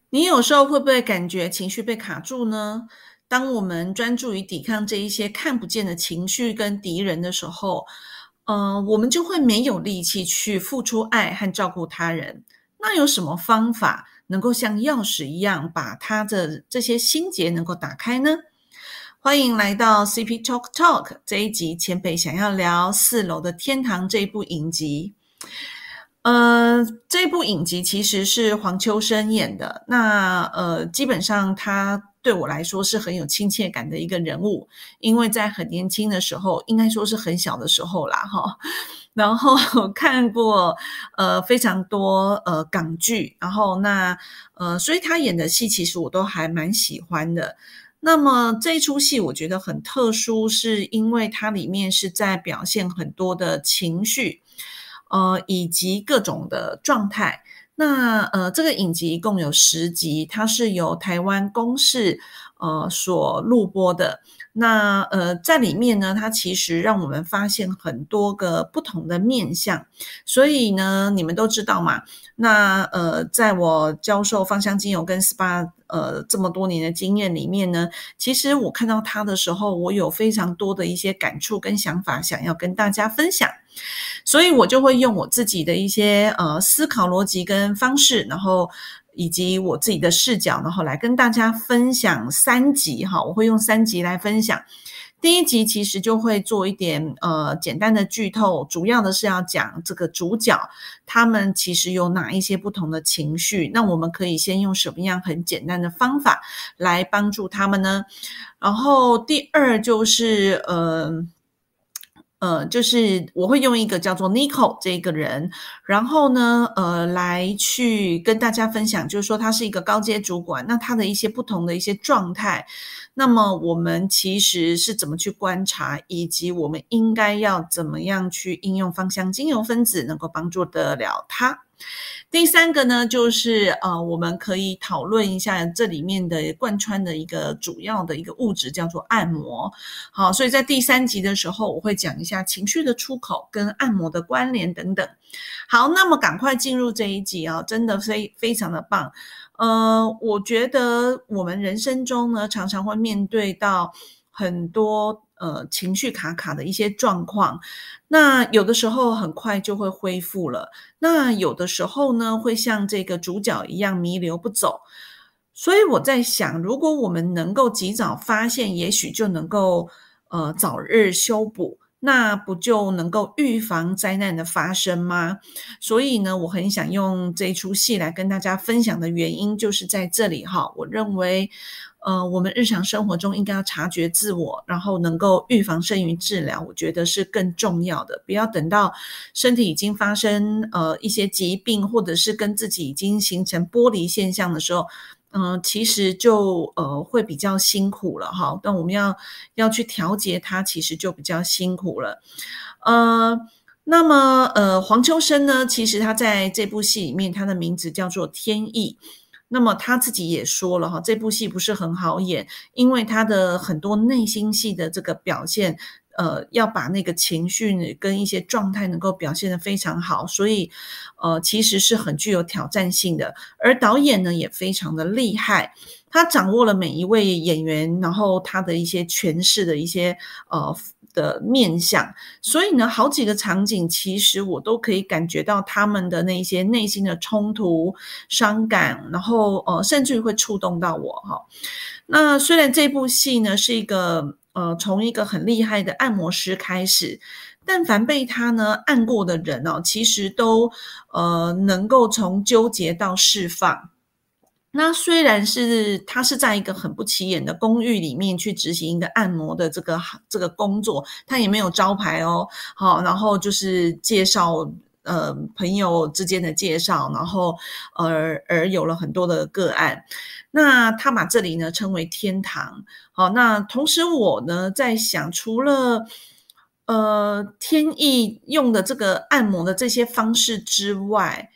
你有时候会不会感觉情绪被卡住呢？当我们专注于抵抗这一些看不见的情绪跟敌人的时候，我们就会没有力气去付出爱和照顾他人。那有什么方法能够像钥匙一样，把他的这些心结能够打开呢？欢迎来到 CP Talk Talk 这一集，前辈想要聊《四楼的天堂》这一部影集。这部影集其实是黄秋生演的，那基本上他对我来说是很有亲切感的一个人物，因为在很年轻的时候，应该说是很小的时候啦，哈，然后看过非常多港剧，然后所以他演的戏其实我都还蛮喜欢的。那么这一出戏我觉得很特殊，是因为它里面是在表现很多的情绪。以及各种的状态。那这个影集一共有10集，它是由台湾公视所录播的。那在里面呢，它其实让我们发现很多个不同的面向。所以呢，你们都知道嘛，那在我教授芳香精油跟 SPA 这么多年的经验里面呢，其实我看到它的时候，我有非常多的一些感触跟想法想要跟大家分享。所以我就会用我自己的一些思考逻辑跟方式，然后以及我自己的视角，然后来跟大家分享3集哈，我会用3集来分享。第一集其实就会做一点简单的剧透，主要的是要讲这个主角他们其实有哪一些不同的情绪，那我们可以先用什么样很简单的方法来帮助他们呢？然后第二就是就是我会用一个叫做 Nico 这个人，然后呢，来去跟大家分享，就是说他是一个高阶主管，那他的一些不同的一些状态，那么我们其实是怎么去观察，以及我们应该要怎么样去应用芳香精油分子，能够帮助得了他。第三个呢，就是我们可以讨论一下这里面的贯穿的一个主要的一个物质叫做按摩。好，所以在第3集的时候，我会讲一下情绪的出口跟按摩的关联等等。好，那么赶快进入这一集啊，真的非常的棒。我觉得我们人生中呢，常常会面对到很多情绪卡卡的一些状况，那有的时候很快就会恢复了，那有的时候呢，会像这个主角一样弥留不走。所以我在想，如果我们能够及早发现，也许就能够早日修补，那不就能够预防灾难的发生吗？所以呢，我很想用这一出戏来跟大家分享的原因就是在这里哈。我认为我们日常生活中应该要察觉自我，然后能够预防胜于治疗，我觉得是更重要的。不要等到身体已经发生一些疾病，或者是跟自己已经形成剥离现象的时候，其实就会比较辛苦了哈。但我们要去调节它，其实就比较辛苦了。那么黄秋生呢，其实他在这部戏里面，他的名字叫做天意。那么他自己也说了哈，这部戏不是很好演，因为他的很多内心戏的这个表现，要把那个情绪跟一些状态能够表现得非常好，所以其实是很具有挑战性的。而导演呢也非常的厉害，他掌握了每一位演员，然后他的一些诠释的一些的面向，所以呢，好几个场景其实我都可以感觉到他们的那些内心的冲突、伤感，然后甚至于会触动到我哈。那虽然这部戏呢是一个从一个很厉害的按摩师开始，但凡被他呢按过的人哦，其实都能够从纠结到释放。那虽然是他是在一个很不起眼的公寓里面去执行一个按摩的这个工作，他也没有招牌哦，好，然后就是介绍朋友之间的介绍，然后而有了很多的个案。那他把这里呢称为天堂。好，那同时我呢在想，除了天意用的这个按摩的这些方式之外，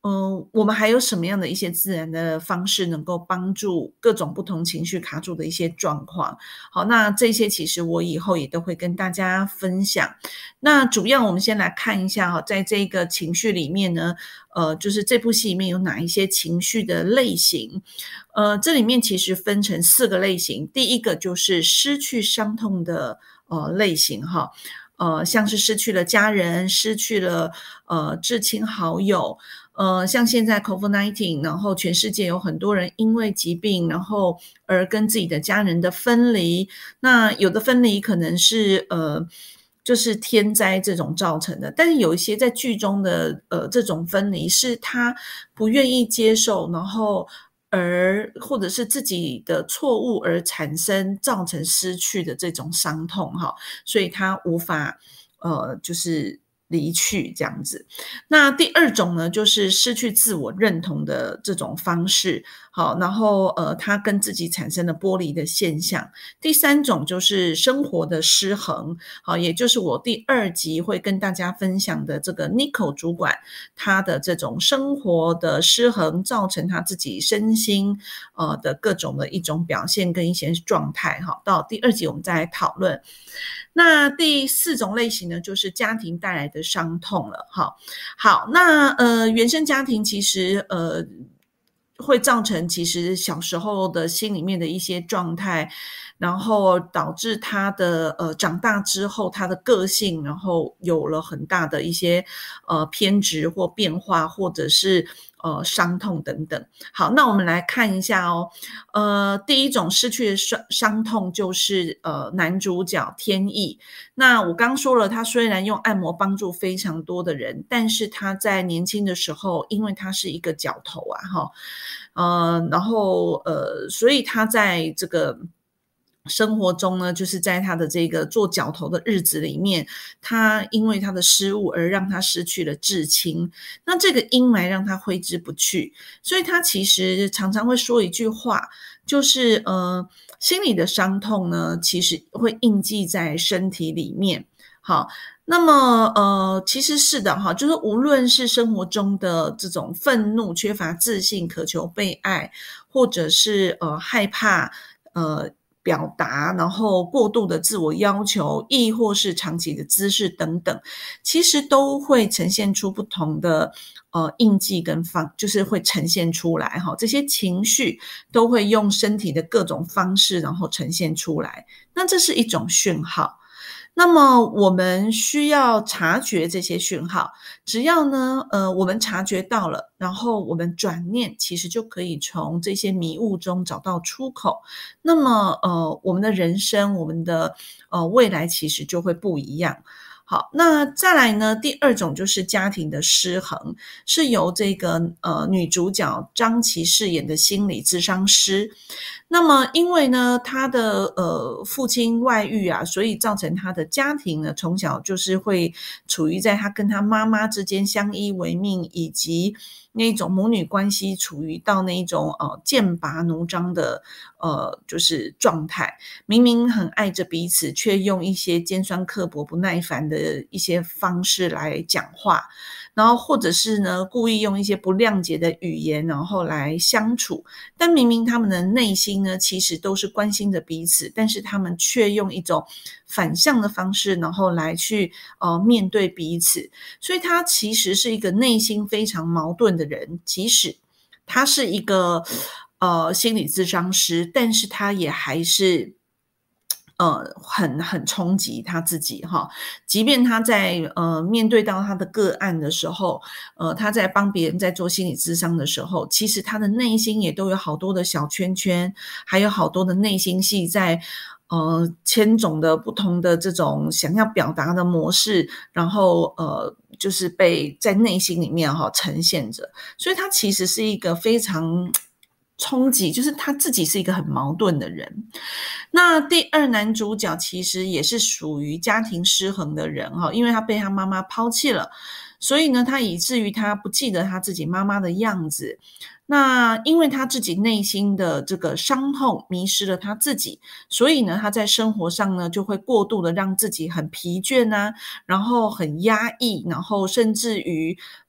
我们还有什么样的一些自然的方式能够帮助各种不同情绪卡住的一些状况。好，那这些其实我以后也都会跟大家分享。那主要我们先来看一下在这个情绪里面呢，就是这部戏里面有哪一些情绪的类型。这里面其实分成4个类型。第一个就是失去伤痛的类型哈。像是失去了家人，失去了至亲好友，像现在 COVID-19， 然后全世界有很多人因为疾病，然后而跟自己的家人的分离。那有的分离可能是就是天灾这种造成的，但是有一些在剧中的这种分离是他不愿意接受，然后或者是自己的错误而造成失去的这种伤痛哈，所以他无法就是离去这样子。那第二种呢，就是失去自我认同的这种方式，好，然后他跟自己产生了剥离的现象。第三种就是生活的失衡，好，也就是我第2集会跟大家分享的这个 Nico 主管，他的这种生活的失衡造成他自己身心的各种的一种表现跟一些状态，好，到第2集我们再来讨论。那第4种类型呢，就是家庭带来的伤痛了。好，那原生家庭其实会造成其实小时候的心里面的一些状态，然后导致他的长大之后他的个性，然后有了很大的一些偏执或变化，或者是伤痛等等。好，那我们来看一下第一种失去的伤痛就是男主角天意。那我刚说了，他虽然用按摩帮助非常多的人，但是他在年轻的时候，因为他是一个角头然后所以他在这个生活中呢，就是在他的这个做角头的日子里面，他因为他的失误而让他失去了至亲，那这个阴霾让他挥之不去，所以他其实常常会说一句话，就是心里的伤痛呢，其实会印记在身体里面。好，那么其实是的哈，就是无论是生活中的这种愤怒、缺乏自信、渴求被爱，或者是害怕表达，然后过度的自我要求，亦或是长期的姿势等等，其实都会呈现出不同的印记跟就是会呈现出来哈，这些情绪都会用身体的各种方式然后呈现出来，那这是一种讯号。那么我们需要察觉这些讯号，只要呢我们察觉到了，然后我们转念，其实就可以从这些迷雾中找到出口。那么我们的人生，我们的未来其实就会不一样。好，那再来呢，第2种就是家庭的失衡，是由这个女主角张琪饰演的心理咨商师。那么因为呢他的父亲外遇啊，所以造成他的家庭呢从小就是会处于在他跟他妈妈之间相依为命，以及那种母女关系处于到那种剑拔弩张的就是状态，明明很爱着彼此，却用一些尖酸刻薄不耐烦的一些方式来讲话，然后或者是呢故意用一些不谅解的语言然后来相处，但明明他们的内心呢其实都是关心着彼此，但是他们却用一种反向的方式然后来去面对彼此，所以他其实是一个内心非常矛盾的人，即使他是一个心理咨商师，但是他也还是很冲击他自己哈，即便他在面对到他的个案的时候，他在帮别人在做心理咨商的时候，其实他的内心也都有好多的小圈圈，还有好多的内心戏在千种的不同的这种想要表达的模式，然后就是被在内心里面呈现着，所以他其实是一个非常冲击，就是他自己是一个很矛盾的人。那第2男主角其实也是属于家庭失衡的人因为他被他妈妈抛弃了，所以呢他以至于他不记得他自己妈妈的样子，那因为他自己内心的这个伤痛迷失了他自己，所以呢他在生活上呢就会过度的让自己很疲倦啊，然后很压抑，然后甚至于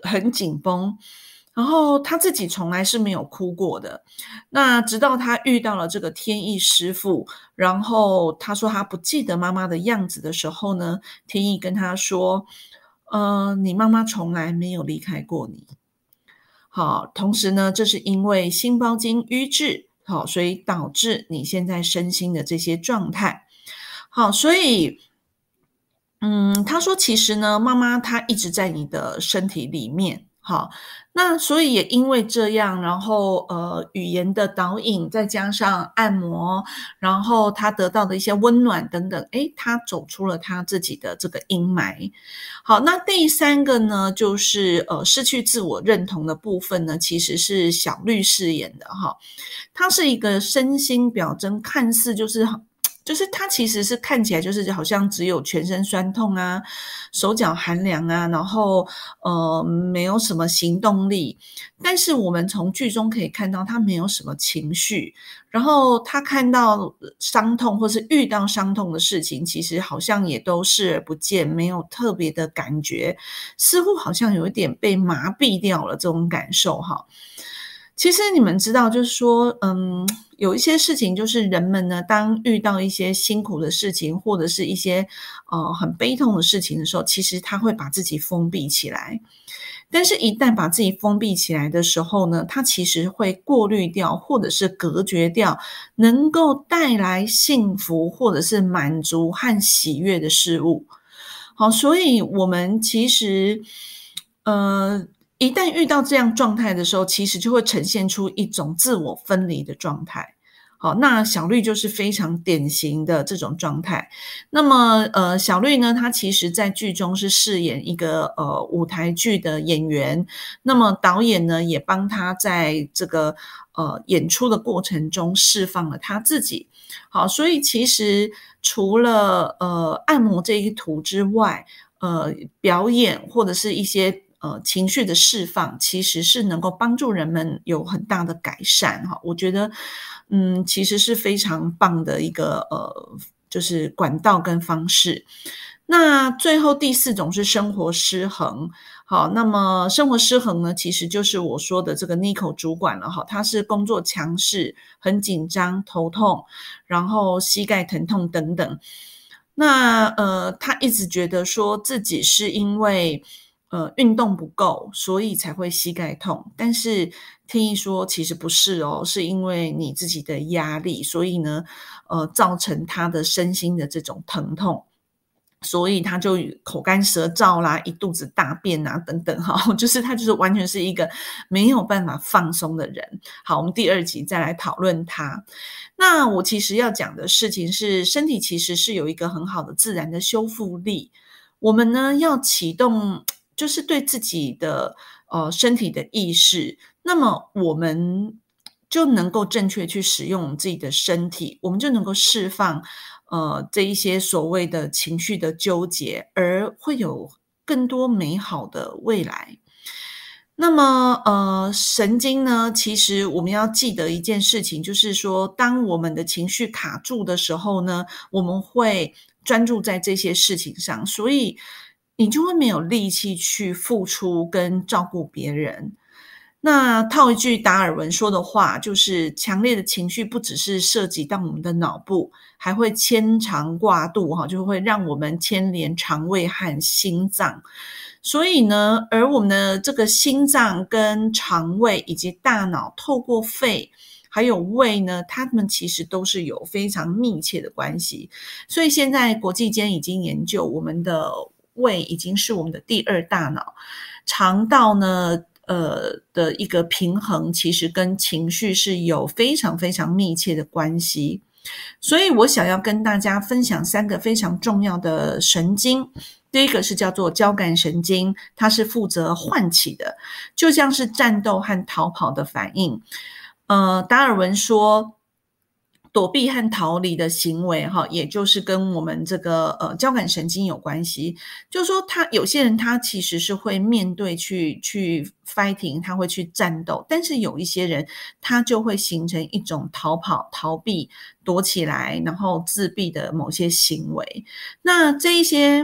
很紧绷，然后他自己从来是没有哭过的。那直到他遇到了这个天意师傅，然后他说他不记得妈妈的样子的时候呢，天意跟他说，你妈妈从来没有离开过你。好，同时呢，这是因为心包经瘀滞，好，所以导致你现在身心的这些状态。好，所以他说其实呢，妈妈她一直在你的身体里面，好，那所以也因为这样，然后语言的导引，再加上按摩，然后他得到的一些温暖等等，诶，他走出了他自己的这个阴霾。好，那第三个呢，就是失去自我认同的部分呢，其实是小绿饰演的哈。他是一个身心表征看似就是他其实是看起来就是好像只有全身酸痛啊，手脚寒凉啊，然后没有什么行动力。但是我们从剧中可以看到他没有什么情绪，然后他看到伤痛或是遇到伤痛的事情，其实好像也都视而不见，没有特别的感觉，似乎好像有一点被麻痹掉了这种感受哈。其实你们知道，就是说，有一些事情，就是人们呢，当遇到一些辛苦的事情，或者是一些很悲痛的事情的时候，其实他会把自己封闭起来。但是，一旦把自己封闭起来的时候呢，他其实会过滤掉，或者是隔绝掉能够带来幸福，或者是满足和喜悦的事物。好，所以我们其实，一旦遇到这样状态的时候，其实就会呈现出一种自我分离的状态。好，那小绿就是非常典型的这种状态。那么，小绿呢，她其实在剧中是饰演一个舞台剧的演员。那么导演呢，也帮她在这个演出的过程中释放了她自己。好，所以其实除了按摩这一途之外，表演或者是一些情绪的释放，其实是能够帮助人们有很大的改善哈。我觉得，其实是非常棒的一个就是管道跟方式。那最后第四种是生活失衡。好，那么生活失衡呢，其实就是我说的这个 Nico 主管了哈，他是工作强势、很紧张、头痛，然后膝盖疼痛等等。那他一直觉得说自己是因为运动不够，所以才会膝盖痛。但是听一说其实不是哦，是因为你自己的压力，所以呢，造成他的身心的这种疼痛。所以他就口干舌燥啦，一肚子大便啊，等等哈，就是他就是完全是一个没有办法放松的人。好，我们第二集再来讨论他。那我其实要讲的事情是，身体其实是有一个很好的自然的修复力。我们呢要启动，就是对自己的身体的意识，那么我们就能够正确去使用我们自己的身体，我们就能够释放这一些所谓的情绪的纠结，而会有更多美好的未来。那么，神经呢，其实我们要记得一件事情，就是说，当我们的情绪卡住的时候呢，我们会专注在这些事情上，所以你就会没有力气去付出跟照顾别人。那套一句达尔文说的话，就是强烈的情绪不只是涉及到我们的脑部，还会牵肠挂肚哈，就会让我们牵连肠胃和心脏。所以呢，而我们的这个心脏跟肠胃以及大脑透过肺还有胃呢，它们其实都是有非常密切的关系。所以现在国际间已经研究，我们的胃已经是我们的第二大脑，肠道呢的一个平衡，其实跟情绪是有非常非常密切的关系。所以我想要跟大家分享3个非常重要的神经。第一个是叫做交感神经，它是负责唤起的，就像是战斗和逃跑的反应。达尔文说，躲避和逃离的行为哈，也就是跟我们这个交感神经有关系。就是说有些人他其实是会面对去 fighting， 他会去战斗，但是有一些人他就会形成一种逃跑、逃避、躲起来，然后自闭的某些行为。那这一些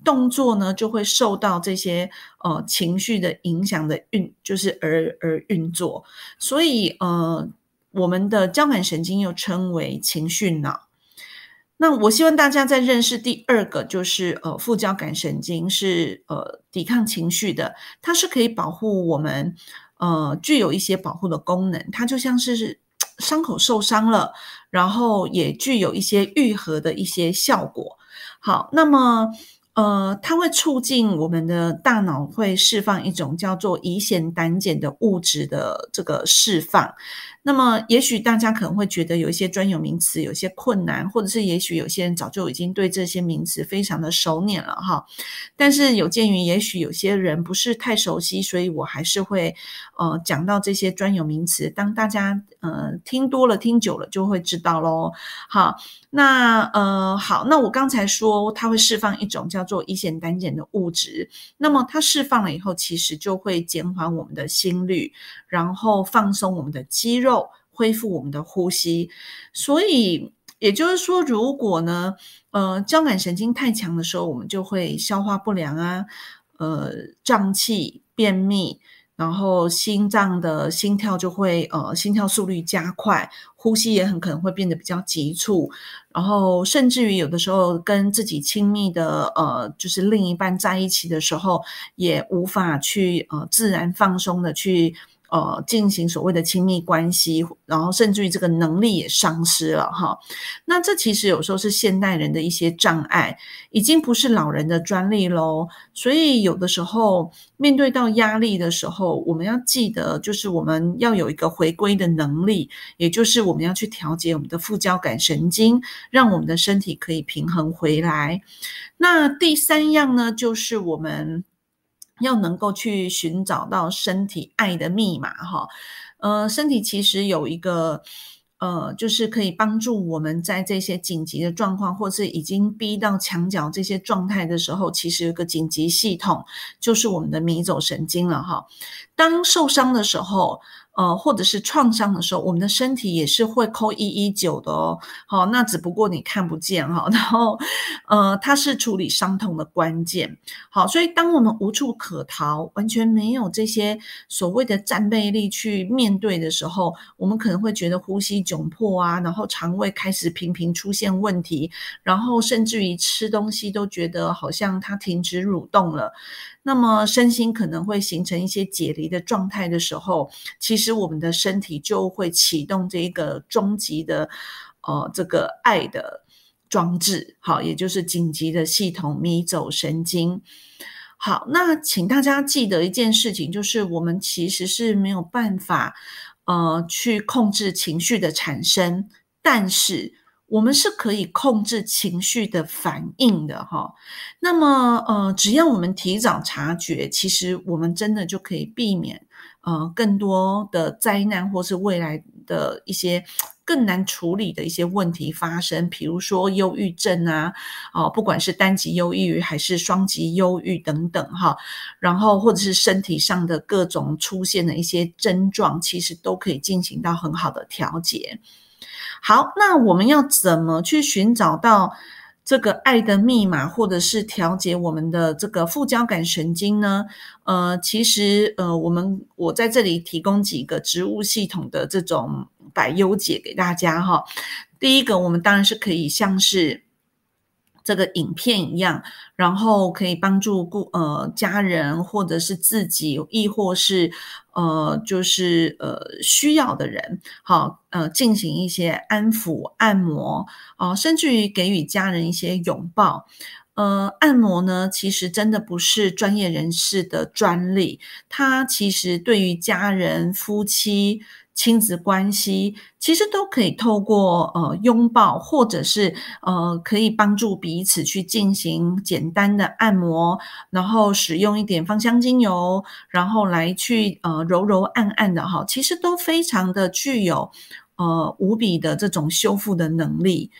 动作呢就会受到这些情绪的影响的就是而运作，所以我们的交感神经又称为情绪脑。那我希望大家在认识第二个，就是副交感神经是抵抗情绪的，它是可以保护我们，具有一些保护的功能，它就像是伤口受伤了，然后也具有一些愈合的一些效果。好，那么它会促进我们的大脑会释放一种叫做乙酰胆碱的物质的这个释放。那么也许大家可能会觉得有一些专有名词有一些困难，或者是也许有些人早就已经对这些名词非常的熟稔了哈。但是有鉴于也许有些人不是太熟悉，所以我还是会讲到这些专有名词，当大家听多了听久了就会知道咯。好，那好，那我刚才说它会释放一种叫做乙酰胆碱的物质，那么它释放了以后，其实就会减缓我们的心率，然后放松我们的肌肉，恢复我们的呼吸。所以也就是说，如果呢交感神经太强的时候，我们就会消化不良啊，胀气、便秘，然后心脏的心跳就会心跳速率加快，呼吸也很可能会变得比较急促，然后甚至于有的时候跟自己亲密的就是另一半在一起的时候，也无法去自然放松的去进行所谓的亲密关系，然后甚至于这个能力也丧失了哈。那这其实有时候是现代人的一些障碍，已经不是老人的专利咯。所以有的时候面对到压力的时候，我们要记得就是我们要有一个回归的能力，也就是我们要去调节我们的副交感神经，让我们的身体可以平衡回来。那第三样呢，就是我们要能够去寻找到身体爱的密码哈。身体其实有一个就是可以帮助我们在这些紧急的状况，或是已经逼到墙角这些状态的时候，其实有一个紧急系统，就是我们的迷走神经了哈。当受伤的时候，或者是创伤的时候，我们的身体也是会call119的哦。好，那只不过你看不见哈。然后，它是处理伤痛的关键。好，所以当我们无处可逃，完全没有这些所谓的战备力去面对的时候，我们可能会觉得呼吸窘迫啊，然后肠胃开始频频出现问题，然后甚至于吃东西都觉得好像它停止蠕动了。那么身心可能会形成一些解离的状态的时候，其实我们的身体就会启动这个终极的这个爱的装置，好，也就是紧急的系统迷走神经。好，那请大家记得一件事情，就是我们其实是没有办法去控制情绪的产生，但是我们是可以控制情绪的反应的哈。那么只要我们提早察觉，其实我们真的就可以避免更多的灾难，或是未来的一些更难处理的一些问题发生，比如说忧郁症啊，不管是单极忧郁还是双极忧郁等等哈，然后或者是身体上的各种出现的一些症状，其实都可以进行到很好的调节。好，那我们要怎么去寻找到这个爱的密码，或者是调节我们的这个副交感神经呢？其实我在这里提供几个植物系统的这种百忧解给大家哈。第一个，我们当然是可以像是这个影片一样，然后可以帮助家人或者是自己，亦或是就是需要的人，好进行一些安抚、按摩甚至于给予家人一些拥抱。按摩呢，其实真的不是专业人士的专利，它其实对于家人、夫妻、亲子关系，其实都可以透过拥抱，或者是可以帮助彼此去进行简单的按摩，然后使用一点芳香精油，然后来去柔柔按按的哈，其实都非常的具有无比的这种修复的能力。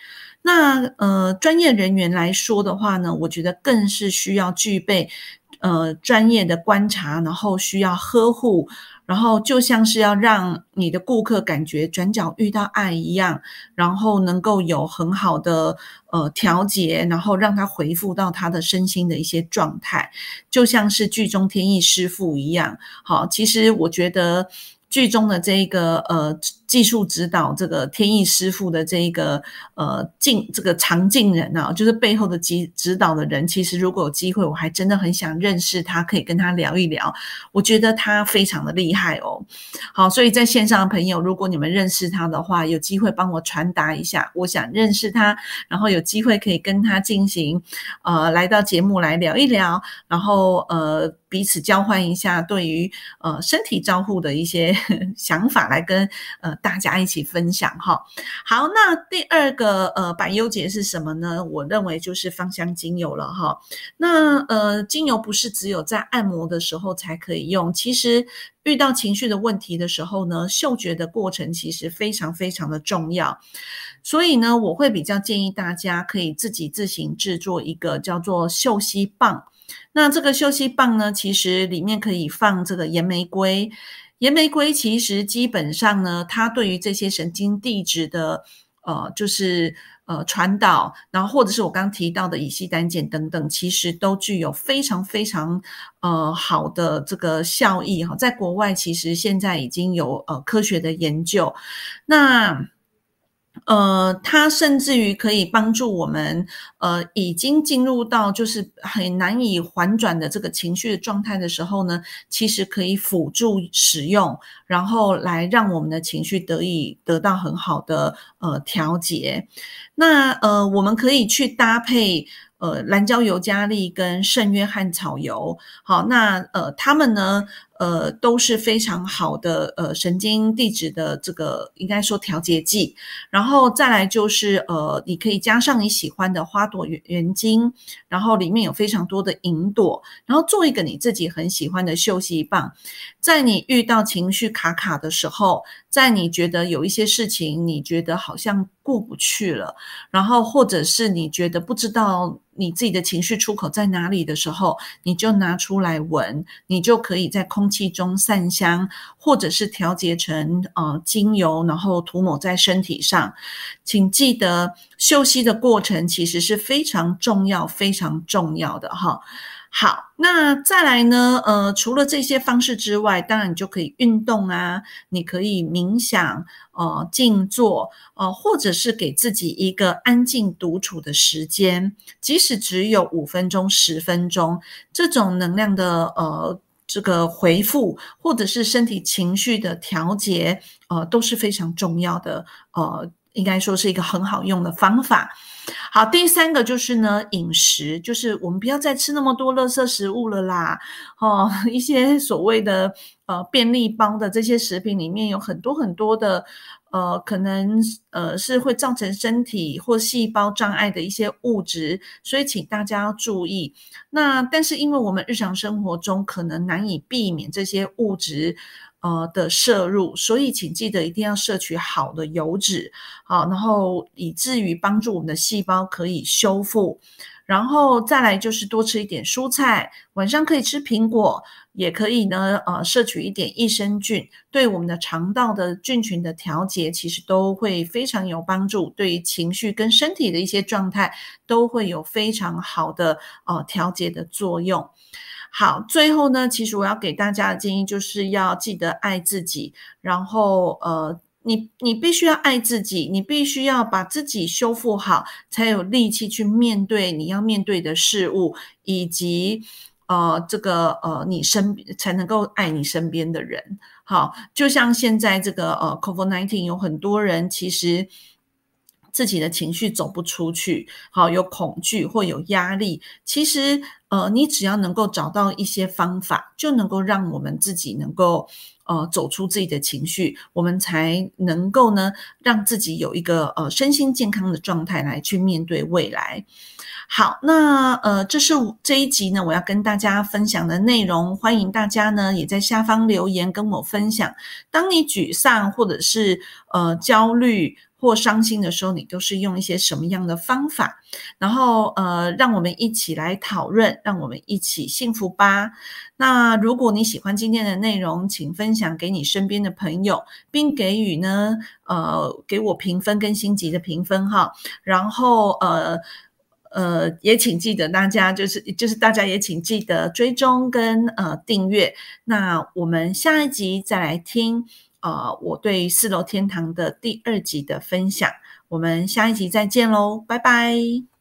那专业人员来说的话呢，我觉得更是需要具备专业的观察，然后需要呵护，然后就像是要让你的顾客感觉转角遇到爱一样，然后能够有很好的调节，然后让他回复到他的身心的一些状态，就像是剧中天意师傅一样。好，其实我觉得剧中的这个技术指导这个天意师傅的这一个这个常进人啊，就是背后的指导的人，其实如果有机会，我还真的很想认识他，可以跟他聊一聊。我觉得他非常的厉害哦。好，所以在线上的朋友，如果你们认识他的话，有机会帮我传达一下，我想认识他，然后有机会可以跟他进行来到节目来聊一聊，然后彼此交换一下对于身体照护的一些想法，来跟大家一起分享哈。好，那第二个百忧解是什么呢？我认为就是芳香精油了哈。那精油不是只有在按摩的时候才可以用，其实遇到情绪的问题的时候呢，嗅觉的过程其实非常非常的重要。所以呢，我会比较建议大家可以自己自行制作一个叫做嗅吸棒。那这个嗅吸棒呢，其实里面可以放这个岩玫瑰。岩玫瑰其实基本上呢，它对于这些神经递质的就是传导，然后或者是我刚提到的乙酰胆碱等等，其实都具有非常非常好的这个效益哈。在国外其实现在已经有科学的研究。那它甚至于可以帮助我们已经进入到就是很难以缓转的这个情绪的状态的时候呢，其实可以辅助使用，然后来让我们的情绪得到很好的调节。那我们可以去搭配蓝椒尤加利跟圣约翰草油。好，那它们呢都是非常好的神经递质的这个应该说调节剂。然后再来就是你可以加上你喜欢的花朵原精，然后里面有非常多的银朵，然后做一个你自己很喜欢的嗅吸棒。在你遇到情绪卡卡的时候，在你觉得有一些事情你觉得好像过不去了，然后或者是你觉得不知道你自己的情绪出口在哪里的时候，你就拿出来闻，你就可以在空气中散香，或者是调节成精油，然后涂抹在身体上。请记得嗅吸的过程其实是非常重要非常重要的哈。好，那再来呢除了这些方式之外，当然你就可以运动啊，你可以冥想静坐或者是给自己一个安静独处的时间，即使只有5分钟10分钟，这种能量的这个回复或者是身体情绪的调节都是非常重要的应该说是一个很好用的方法。好，第三个就是呢，饮食，就是我们不要再吃那么多垃圾食物了啦。一些所谓的便利包的这些食品里面有很多很多的可能是会造成身体或细胞障碍的一些物质，所以请大家要注意。那但是因为我们日常生活中可能难以避免这些物质的摄入，所以请记得一定要摄取好的油脂，好，然后以至于帮助我们的细胞可以修复。然后再来就是多吃一点蔬菜，晚上可以吃苹果，也可以呢摄取一点益生菌，对我们的肠道的菌群的调节其实都会非常有帮助，对于情绪跟身体的一些状态都会有非常好的调节的作用。好，最后呢，其实我要给大家的建议就是要记得爱自己，然后你必须要爱自己，你必须要把自己修复好，才有力气去面对你要面对的事物，以及你才能够爱你身边的人。好，就像现在这个COVID-19 有很多人其实自己的情绪走不出去，好，有恐惧或有压力，其实你只要能够找到一些方法，就能够让我们自己能够走出自己的情绪，我们才能够呢让自己有一个身心健康的状态来去面对未来。好，那这是这一集呢我要跟大家分享的内容，欢迎大家呢也在下方留言跟我分享。当你沮丧或者是焦虑或伤心的时候，你都是用一些什么样的方法？然后让我们一起来讨论，让我们一起幸福吧。那如果你喜欢今天的内容，请分享给你身边的朋友，并给予呢给我评分跟星级的评分哈。然后也请记得大家就是大家也请记得追踪跟订阅。那我们下一集再来听我对4楼天堂的第2集的分享。我们下一集再见喽，拜拜。